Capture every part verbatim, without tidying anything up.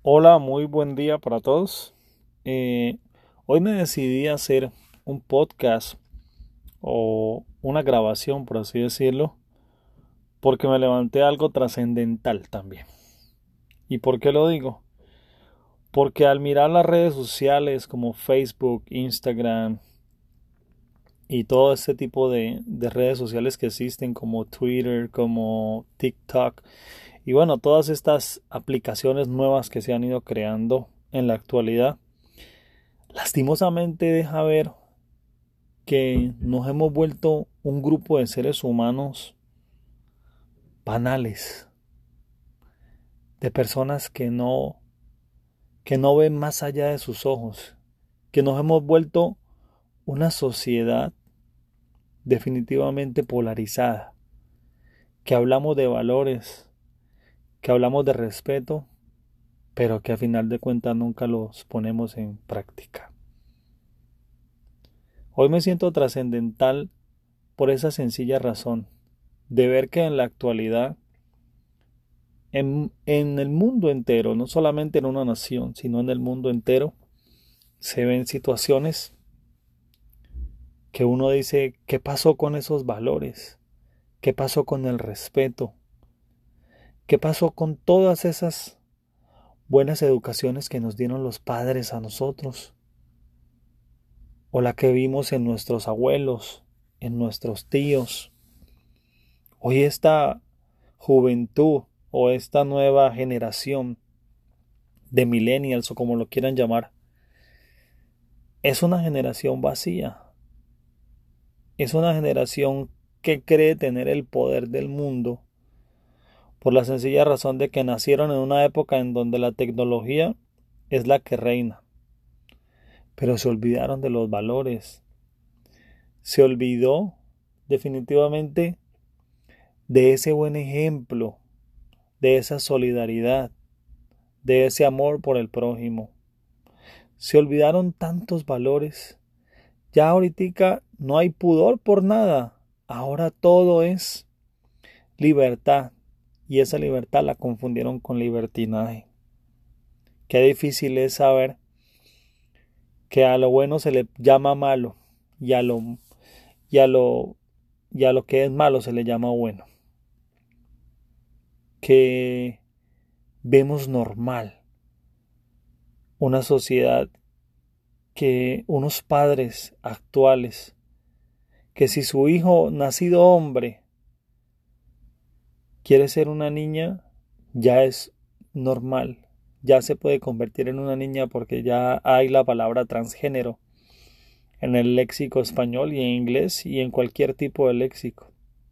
Hola, muy buen día para todos. Eh, Hoy me decidí a hacer un podcast o una grabación, por así decirlo, porque me levanté algo trascendental también. ¿Y por qué lo digo? Porque al mirar las redes sociales como Facebook, Instagram y todo este tipo de, de redes sociales que existen como Twitter, como TikTok, y bueno, todas estas aplicaciones nuevas que se han ido creando en la actualidad, lastimosamente deja ver que nos hemos vuelto un grupo de seres humanos banales, de personas que no, que no ven más allá de sus ojos, que nos hemos vuelto una sociedad definitivamente polarizada, que hablamos de valores, que hablamos de respeto, pero que a final de cuentas nunca los ponemos en práctica. Hoy me siento trascendental por esa sencilla razón, de ver que en la actualidad En, en el mundo entero, no solamente en una nación, sino en el mundo entero, se ven situaciones que uno dice, ¿qué pasó con esos valores? ¿Qué pasó con el respeto? ¿Qué pasó con todas esas buenas educaciones que nos dieron los padres a nosotros? O la que vimos en nuestros abuelos, en nuestros tíos. Hoy esta juventud o esta nueva generación de millennials o como lo quieran llamar, es una generación vacía. Es una generación que cree tener el poder del mundo por la sencilla razón de que nacieron en una época en donde la tecnología es la que reina, pero se olvidaron de los valores, se olvidó definitivamente de ese buen ejemplo, de esa solidaridad, de ese amor por el prójimo. Se olvidaron tantos valores. Ya ahorita no hay pudor por nada. Ahora todo es libertad. Y esa libertad la confundieron con libertinaje. Qué difícil es saber que a lo bueno se le llama malo y a lo, y a lo, y a lo que es malo se le llama bueno. Que vemos normal una sociedad, que unos padres actuales, que si su hijo nacido hombre quiere ser una niña, ya es normal, ya se puede convertir en una niña porque ya hay la palabra transgénero en el léxico español y en inglés y en cualquier tipo de léxico.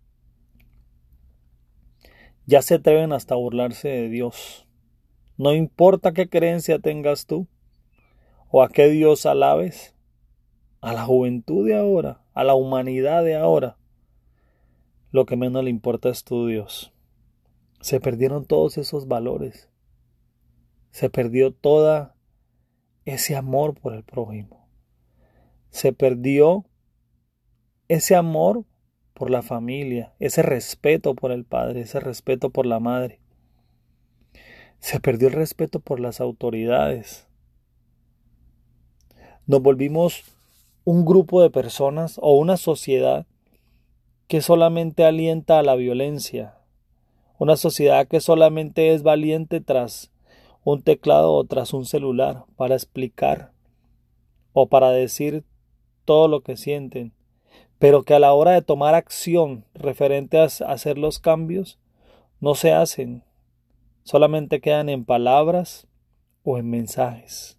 Ya se atreven hasta a burlarse de Dios. No importa qué creencia tengas tú o a qué Dios alabes, a la juventud de ahora, a la humanidad de ahora, lo que menos le importa es tu Dios. Se perdieron todos esos valores. Se perdió todo ese amor por el prójimo. Se perdió ese amor por la familia, ese respeto por el padre, ese respeto por la madre. Se perdió el respeto por las autoridades. Nos volvimos un grupo de personas o una sociedad que solamente alienta a la violencia. Una sociedad que solamente es valiente tras un teclado o tras un celular para explicar o para decir todo lo que sienten, pero que a la hora de tomar acción referente a hacer los cambios no se hacen, solamente quedan en palabras o en mensajes.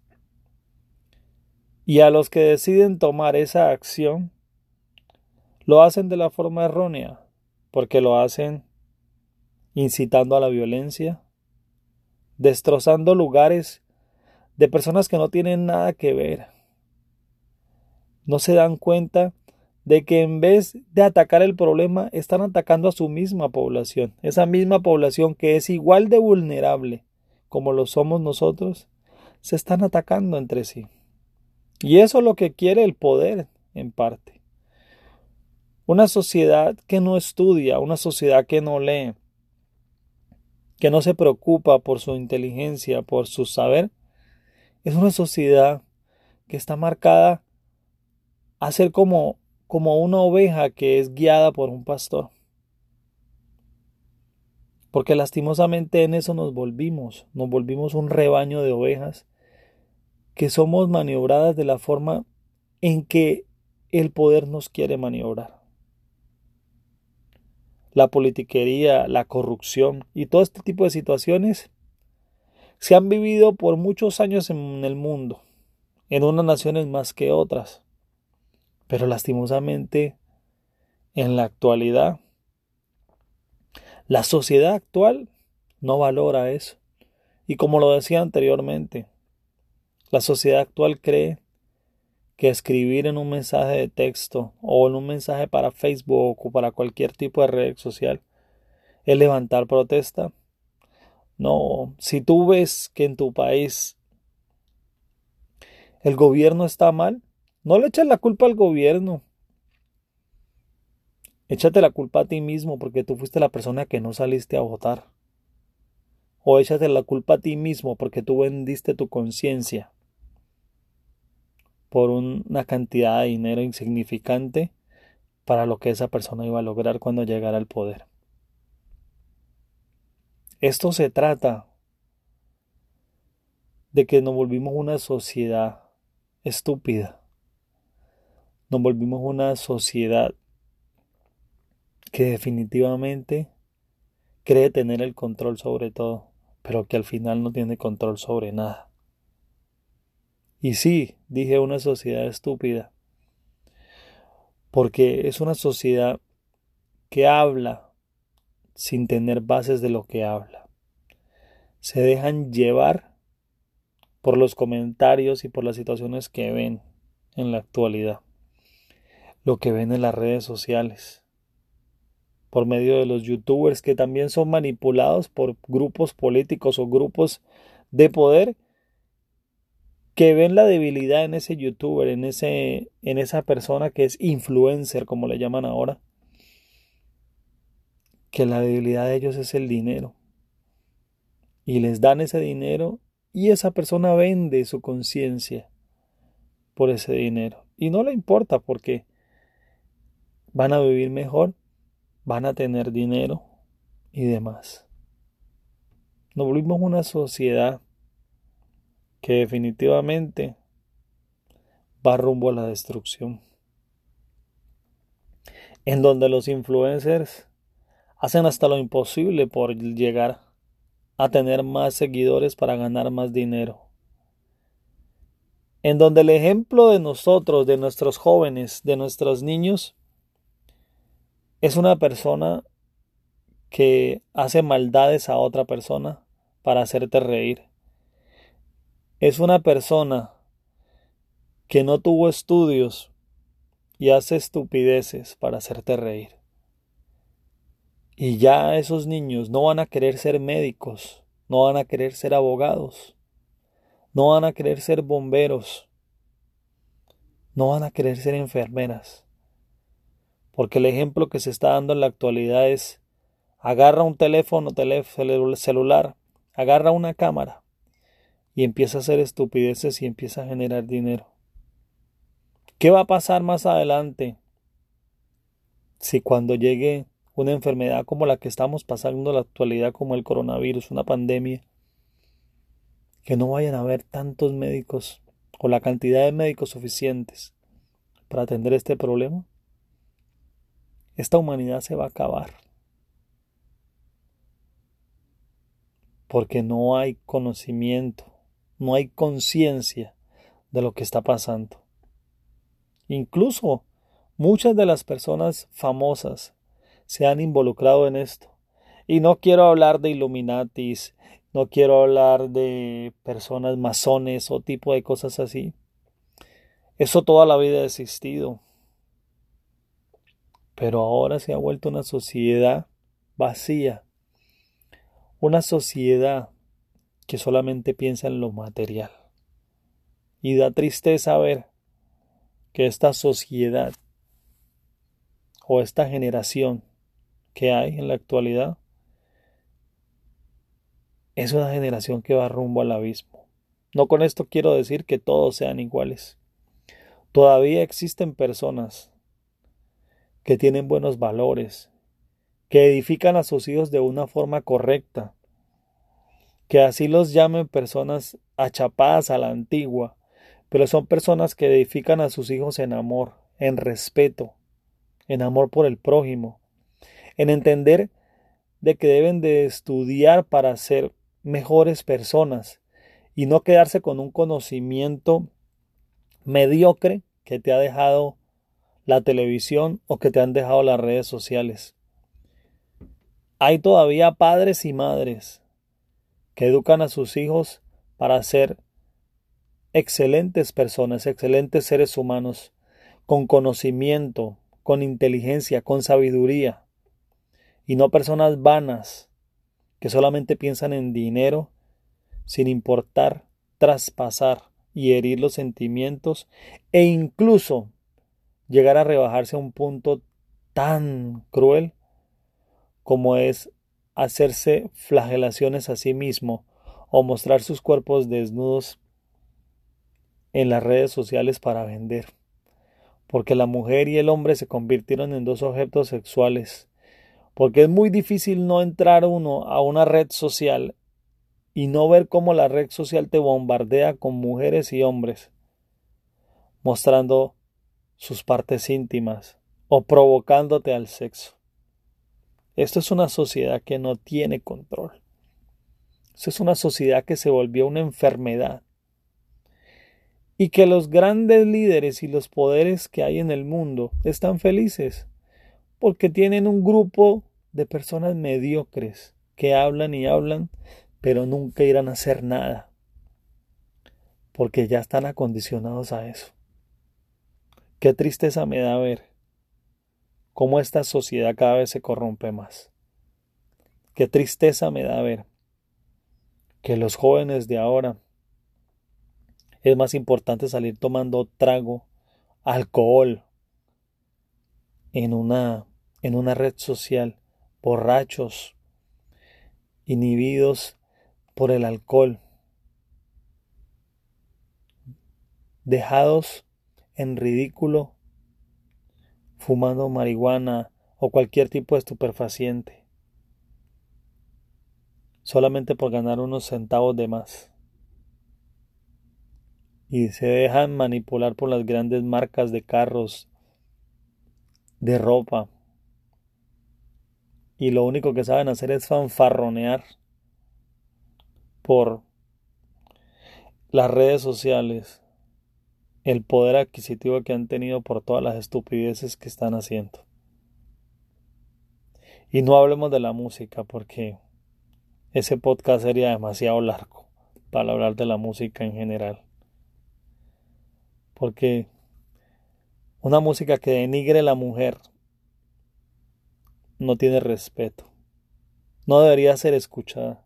Y a los que deciden tomar esa acción, lo hacen de la forma errónea, porque lo hacen incitando a la violencia, destrozando lugares de personas que no tienen nada que ver. No se dan cuenta de que en vez de atacar el problema, están atacando a su misma población, esa misma población que es igual de vulnerable como lo somos nosotros, se están atacando entre sí. Y eso es lo que quiere el poder, en parte. Una sociedad que no estudia, una sociedad que no lee, que no se preocupa por su inteligencia, por su saber, es una sociedad que está marcada a ser como, como una oveja que es guiada por un pastor. Porque lastimosamente en eso nos volvimos, nos volvimos un rebaño de ovejas que somos maniobradas de la forma en que el poder nos quiere maniobrar. La politiquería, la corrupción y todo este tipo de situaciones se han vivido por muchos años en el mundo, en unas naciones más que otras. Pero lastimosamente, en la actualidad, la sociedad actual no valora eso. Y como lo decía anteriormente, la sociedad actual cree que escribir en un mensaje de texto o en un mensaje para Facebook o para cualquier tipo de red social es levantar protesta. No, si tú ves que en tu país el gobierno está mal, no le eches la culpa al gobierno. Échate la culpa a ti mismo porque tú fuiste la persona que no saliste a votar. O échate la culpa a ti mismo porque tú vendiste tu conciencia por una cantidad de dinero insignificante para lo que esa persona iba a lograr cuando llegara al poder. Esto se trata de que nos volvimos una sociedad estúpida. Nos volvimos una sociedad que definitivamente cree tener el control sobre todo, pero que al final no tiene control sobre nada. Y sí, dije una sociedad estúpida, porque es una sociedad que habla sin tener bases de lo que habla. Se dejan llevar por los comentarios y por las situaciones que ven en la actualidad, lo que ven en las redes sociales, por medio de los youtubers que también son manipulados por grupos políticos o grupos de poder que ven la debilidad en ese youtuber, en ese, en esa persona que es influencer, como le llaman ahora, que la debilidad de ellos es el dinero. Y les dan ese dinero y esa persona vende su conciencia por ese dinero. Y no le importa porque van a vivir mejor, van a tener dinero y demás. Nos volvimos una sociedad que definitivamente va rumbo a la destrucción. En donde los influencers hacen hasta lo imposible por llegar a tener más seguidores para ganar más dinero. En donde el ejemplo de nosotros, de nuestros jóvenes, de nuestros niños, es una persona que hace maldades a otra persona para hacerte reír. Es una persona que no tuvo estudios y hace estupideces para hacerte reír. Y ya esos niños no van a querer ser médicos, no van a querer ser abogados, no van a querer ser bomberos, no van a querer ser enfermeras. Porque el ejemplo que se está dando en la actualidad es: agarra un teléfono, teléfono celular, agarra una cámara y empieza a hacer estupideces y empieza a generar dinero. ¿Qué va a pasar más adelante si cuando llegue una enfermedad como la que estamos pasando en la actualidad, como el coronavirus, una pandemia, que no vayan a haber tantos médicos o la cantidad de médicos suficientes para atender este problema? Esta humanidad se va a acabar. Porque no hay conocimiento, no hay conciencia de lo que está pasando. Incluso muchas de las personas famosas se han involucrado en esto. Y no quiero hablar de Illuminatis, no quiero hablar de personas masones o tipo de cosas así. Eso toda la vida ha existido. Pero ahora se ha vuelto una sociedad vacía. Una sociedad que solamente piensa en lo material. Y da tristeza ver que esta sociedad o esta generación que hay en la actualidad es una generación que va rumbo al abismo. No con esto quiero decir que todos sean iguales. Todavía existen personas que tienen buenos valores, que edifican a sus hijos de una forma correcta, que así los llamen personas achapadas a la antigua, pero son personas que edifican a sus hijos en amor, en respeto, en amor por el prójimo, en entender de que deben de estudiar para ser mejores personas y no quedarse con un conocimiento mediocre que te ha dejado la televisión o que te han dejado las redes sociales. Hay todavía padres y madres que educan a sus hijos para ser excelentes personas, excelentes seres humanos, con conocimiento, con inteligencia, con sabiduría, y no personas vanas que solamente piensan en dinero sin importar traspasar y herir los sentimientos e incluso llegar a rebajarse a un punto tan cruel como es hacerse flagelaciones a sí mismo o mostrar sus cuerpos desnudos en las redes sociales para vender. Porque la mujer y el hombre se convirtieron en dos objetos sexuales. Porque es muy difícil no entrar uno a una red social y no ver cómo la red social te bombardea con mujeres y hombres mostrando sus partes íntimas o provocándote al sexo. Esto es una sociedad que no tiene control. Esto es una sociedad que se volvió una enfermedad. Y que los grandes líderes y los poderes que hay en el mundo están felices porque tienen un grupo de personas mediocres que hablan y hablan, pero nunca irán a hacer nada, porque ya están acondicionados a eso. Qué tristeza me da ver cómo esta sociedad cada vez se corrompe más. Qué tristeza me da ver que los jóvenes de ahora es más importante salir tomando trago, alcohol, en una, en una red social, borrachos, inhibidos por el alcohol, dejados en ridículo, fumando marihuana o cualquier tipo de estupefaciente, solamente por ganar unos centavos de más. Y se dejan manipular por las grandes marcas de carros, de ropa, y lo único que saben hacer es fanfarronear por las redes sociales el poder adquisitivo que han tenido por todas las estupideces que están haciendo. Y no hablemos de la música porque ese podcast sería demasiado largo para hablar de la música en general. Porque una música que denigre a la mujer no tiene respeto. No debería ser escuchada.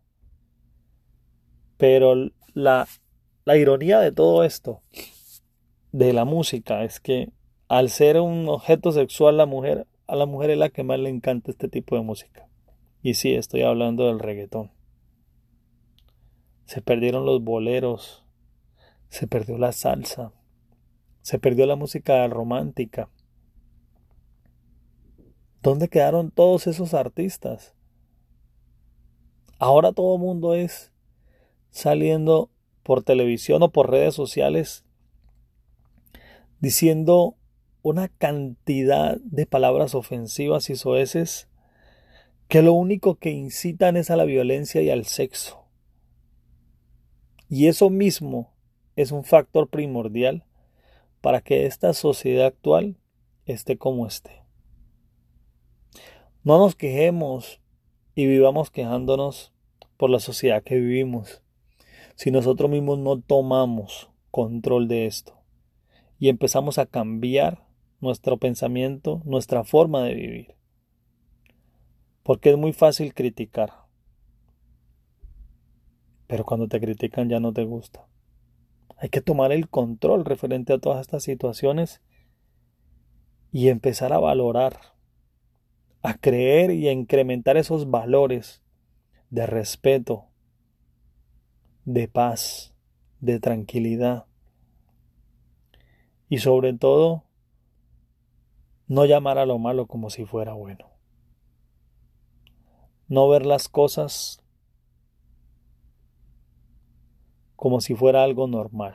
Pero la, la ironía de todo esto, de la música, es que al ser un objeto sexual la mujer, a la mujer es la que más le encanta este tipo de música. Y sí, estoy hablando del reggaetón. Se perdieron los boleros, se perdió la salsa, se perdió la música romántica. ¿Dónde quedaron todos esos artistas? Ahora todo el mundo es saliendo por televisión o por redes sociales diciendo una cantidad de palabras ofensivas y soeces que lo único que incitan es a la violencia y al sexo. Y eso mismo es un factor primordial para que esta sociedad actual esté como esté. No nos quejemos y vivamos quejándonos por la sociedad que vivimos si nosotros mismos no tomamos control de esto y empezamos a cambiar nuestro pensamiento, nuestra forma de vivir. Porque es muy fácil criticar, pero cuando te critican ya no te gusta. Hay que tomar el control referente a todas estas situaciones y empezar a valorar, a creer y a incrementar esos valores de respeto, de paz, de tranquilidad y sobre todo no llamar a lo malo como si fuera bueno. No ver las cosas como si fuera algo normal.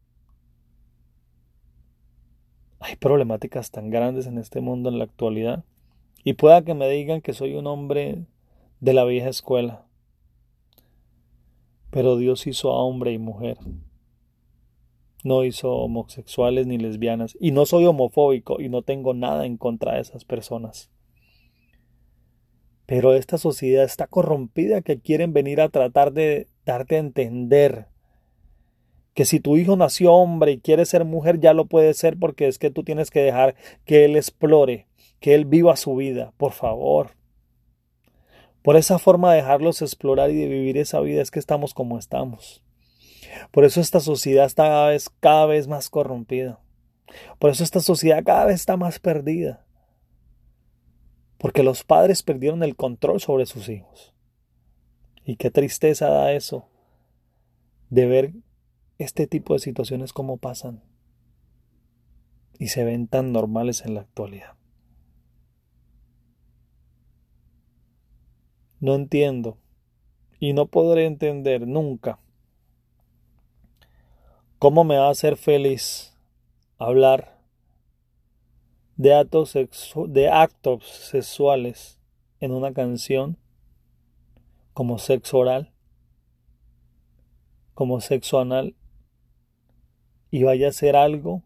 Hay problemáticas tan grandes en este mundo en la actualidad y pueda que me digan que soy un hombre de la vieja escuela, pero Dios hizo a hombre y mujer. No hizo homosexuales ni lesbianas. Y no soy homofóbico y no tengo nada en contra de esas personas. Pero esta sociedad está corrompida que quieren venir a tratar de darte a entender que si tu hijo nació hombre y quiere ser mujer ya lo puede ser porque es que tú tienes que dejar que él explore, que él viva su vida. Por favor. Por esa forma de dejarlos explorar y de vivir esa vida es que estamos como estamos. Por eso esta sociedad está cada vez, cada vez más corrompida. Por eso esta sociedad cada vez está más perdida. Porque los padres perdieron el control sobre sus hijos. Y qué tristeza da eso de ver este tipo de situaciones como pasan. Y se ven tan normales en la actualidad. No entiendo y no podré entender nunca cómo me va a hacer feliz hablar de actos, sexu- de actos sexuales en una canción como sexo oral, como sexo anal, y vaya a ser algo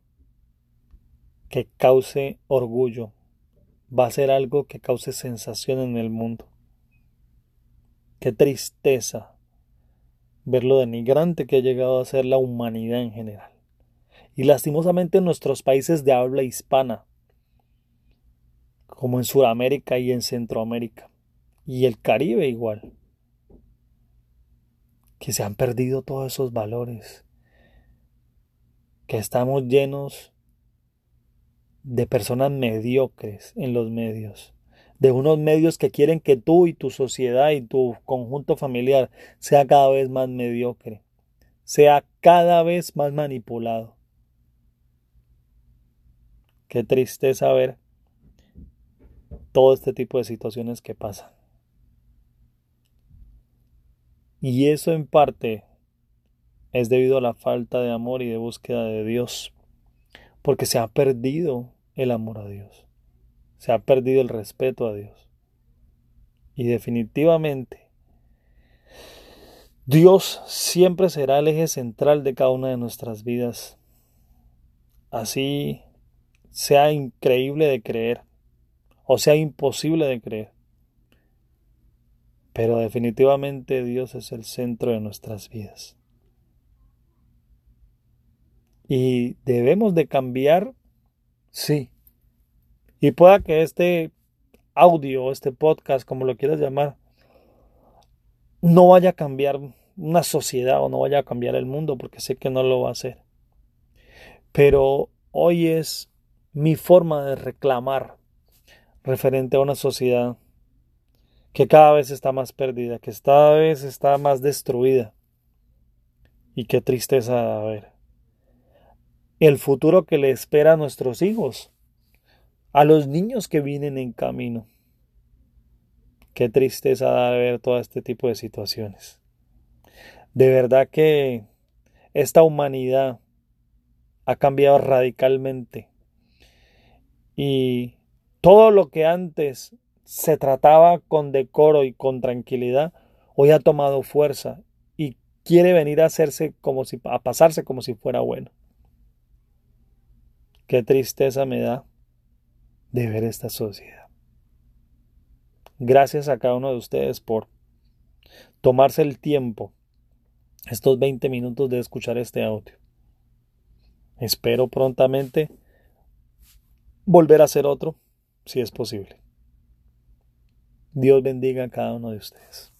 que cause orgullo, va a ser algo que cause sensación en el mundo. Qué tristeza ver lo denigrante que ha llegado a ser la humanidad en general. Y lastimosamente en nuestros países de habla hispana, como en Sudamérica y en Centroamérica, y el Caribe igual, que se han perdido todos esos valores, que estamos llenos de personas mediocres en los medios, de unos medios que quieren que tú y tu sociedad y tu conjunto familiar sea cada vez más mediocre, sea cada vez más manipulado. Qué tristeza ver todo este tipo de situaciones que pasan. Y eso en parte es debido a la falta de amor y de búsqueda de Dios, porque se ha perdido el amor a Dios, se ha perdido el respeto a Dios. Y definitivamente Dios siempre será el eje central de cada una de nuestras vidas. Así sea increíble de creer o sea imposible de creer. Pero definitivamente Dios es el centro de nuestras vidas. Y debemos de cambiar, sí. Y pueda que este audio, este podcast, como lo quieras llamar, no vaya a cambiar una sociedad o no vaya a cambiar el mundo, porque sé que no lo va a hacer. Pero hoy es mi forma de reclamar referente a una sociedad que cada vez está más perdida, que cada vez está más destruida. Y qué tristeza a ver. El futuro que le espera a nuestros hijos, a los niños que vienen en camino. Qué tristeza da ver todo este tipo de situaciones. De verdad que esta humanidad ha cambiado radicalmente. Y todo lo que antes se trataba con decoro y con tranquilidad, hoy ha tomado fuerza y quiere venir a hacerse como si, a pasarse como si fuera bueno. Qué tristeza me da de ver esta sociedad. Gracias a cada uno de ustedes por tomarse el tiempo, estos veinte minutos de escuchar este audio. Espero prontamente volver a hacer otro, si es posible. Dios bendiga a cada uno de ustedes.